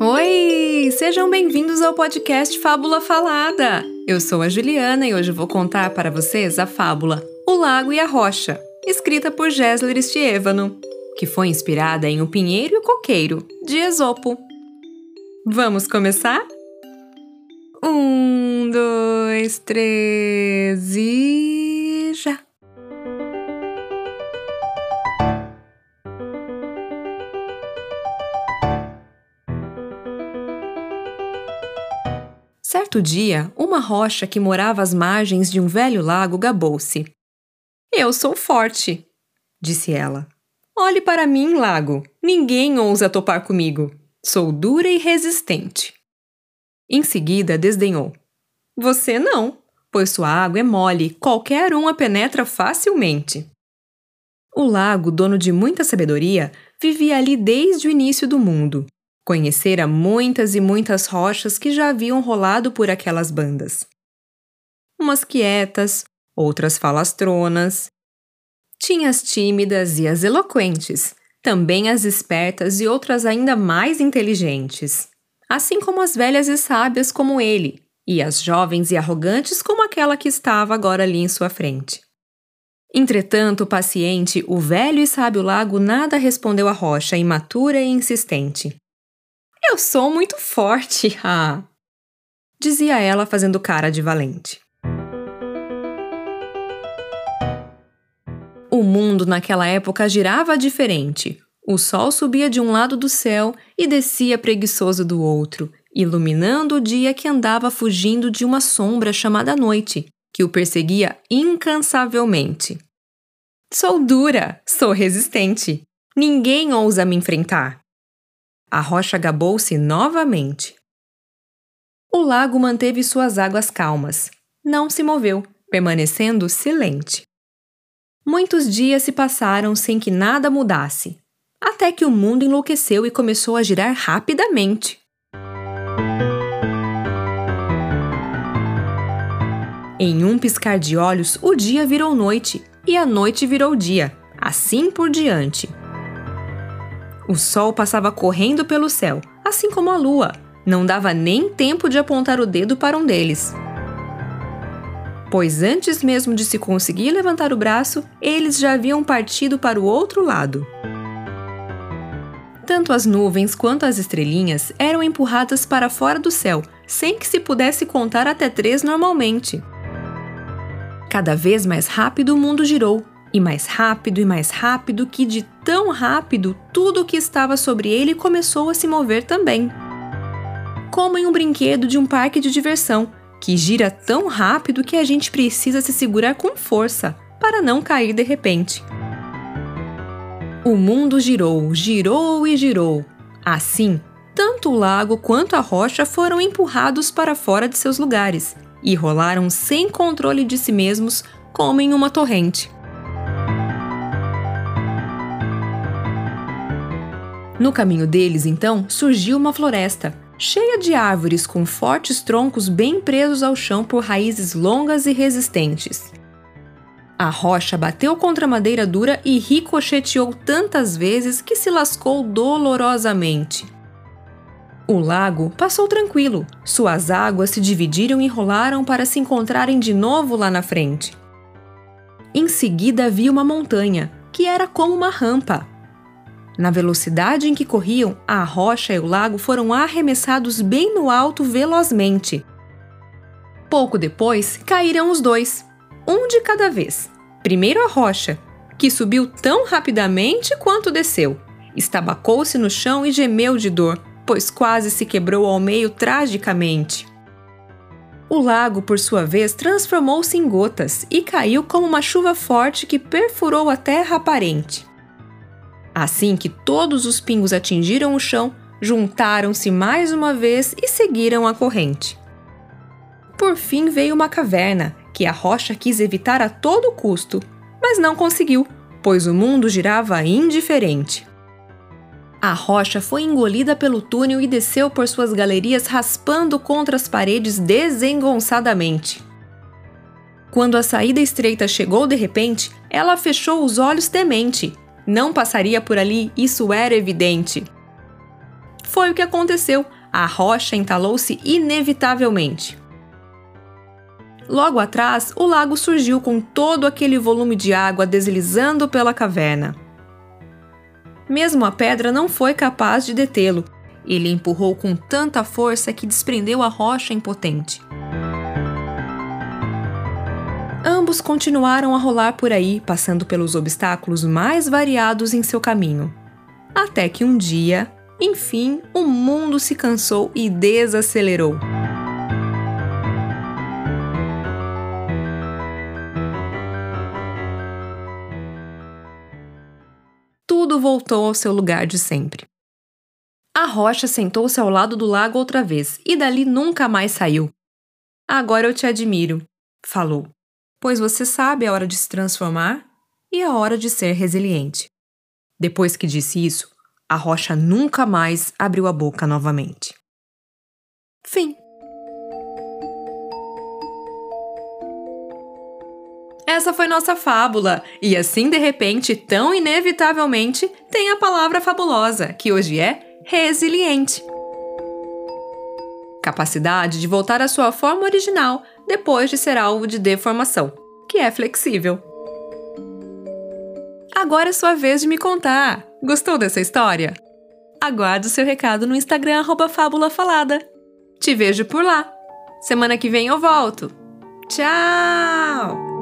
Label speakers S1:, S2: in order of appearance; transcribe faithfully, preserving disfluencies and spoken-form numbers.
S1: Oi! Sejam bem-vindos ao podcast Fábula Falada! Eu sou a Juliana e hoje vou contar para vocês a fábula O Lago e a Rocha, escrita por Gésler Stievano, que foi inspirada em O Pinheiro e o Coqueiro, de Esopo. Vamos começar? Um, dois, três e já! Certo dia, uma rocha que morava às margens de um velho lago gabou-se. "Eu sou forte", disse ela. "Olhe para mim, lago. Ninguém ousa topar comigo. Sou dura e resistente." Em seguida, desdenhou. "Você não, pois sua água é mole, qualquer um a penetra facilmente." O lago, dono de muita sabedoria, vivia ali desde o início do mundo. Conhecera muitas e muitas rochas que já haviam rolado por aquelas bandas. Umas quietas, outras falastronas. Tinha as tímidas e as eloquentes, também as espertas e outras ainda mais inteligentes, assim como as velhas e sábias como ele, e as jovens e arrogantes como aquela que estava agora ali em sua frente. Entretanto, paciente, o velho e sábio lago nada respondeu à rocha, imatura e insistente. "Eu sou muito forte, ah!" dizia ela fazendo cara de valente. O mundo naquela época girava diferente. O sol subia de um lado do céu e descia preguiçoso do outro, iluminando o dia que andava fugindo de uma sombra chamada noite, que o perseguia incansavelmente. "Sou dura, sou resistente. Ninguém ousa me enfrentar." A rocha gabou-se novamente. O lago manteve suas águas calmas. Não se moveu, permanecendo silente. Muitos dias se passaram sem que nada mudasse, até que o mundo enlouqueceu e começou a girar rapidamente. Em um piscar de olhos, o dia virou noite e a noite virou dia, assim por diante. O sol passava correndo pelo céu, assim como a lua. Não dava nem tempo de apontar o dedo para um deles. Pois antes mesmo de se conseguir levantar o braço, eles já haviam partido para o outro lado. Tanto as nuvens quanto as estrelinhas eram empurradas para fora do céu, sem que se pudesse contar até três normalmente. Cada vez mais rápido o mundo girou. E mais rápido e mais rápido que de tão rápido tudo o que estava sobre ele começou a se mover também. Como em um brinquedo de um parque de diversão, que gira tão rápido que a gente precisa se segurar com força para não cair de repente. O mundo girou, girou e girou. Assim, tanto o lago quanto a rocha foram empurrados para fora de seus lugares e rolaram sem controle de si mesmos como em uma torrente. No caminho deles, então, surgiu uma floresta, cheia de árvores com fortes troncos bem presos ao chão por raízes longas e resistentes. A rocha bateu contra a madeira dura e ricocheteou tantas vezes que se lascou dolorosamente. O lago passou tranquilo, suas águas se dividiram e rolaram para se encontrarem de novo lá na frente. Em seguida havia uma montanha, que era como uma rampa. Na velocidade em que corriam, a rocha e o lago foram arremessados bem no alto velozmente. Pouco depois, caíram os dois, um de cada vez. Primeiro a rocha, que subiu tão rapidamente quanto desceu. Estabacou-se no chão e gemeu de dor, pois quase se quebrou ao meio tragicamente. O lago, por sua vez, transformou-se em gotas e caiu como uma chuva forte que perfurou a terra aparente. Assim que todos os pingos atingiram o chão, juntaram-se mais uma vez e seguiram a corrente. Por fim veio uma caverna, que a rocha quis evitar a todo custo, mas não conseguiu, pois o mundo girava indiferente. A rocha foi engolida pelo túnel e desceu por suas galerias raspando contra as paredes desengonçadamente. Quando a saída estreita chegou de repente, ela fechou os olhos temente. Não passaria por ali, isso era evidente. Foi o que aconteceu. a rocha entalou-se inevitavelmente. Logo atrás, o lago surgiu com todo aquele volume de água deslizando pela caverna. Mesmo a pedra não foi capaz de detê-lo. Ele empurrou com tanta força que desprendeu a rocha impotente. Ambos continuaram a rolar por aí, passando pelos obstáculos mais variados em seu caminho. Até que um dia, enfim, o mundo se cansou e desacelerou. Tudo voltou ao seu lugar de sempre. A rocha sentou-se ao lado do lago outra vez e dali nunca mais saiu. Agora eu te admiro, falou, pois você sabe a hora de se transformar e a hora de ser resiliente. Depois que disse isso, a rocha nunca mais abriu a boca novamente. Fim. Essa foi nossa fábula, e assim de repente, tão inevitavelmente, tem a palavra fabulosa, que hoje é resiliente. Capacidade de voltar à sua forma original depois de ser alvo de deformação, que é flexível. Agora é sua vez de me contar. Gostou dessa história? Aguardo seu recado no Instagram arroba Fábula Falada. Te vejo por lá. Semana que vem eu volto. Tchau!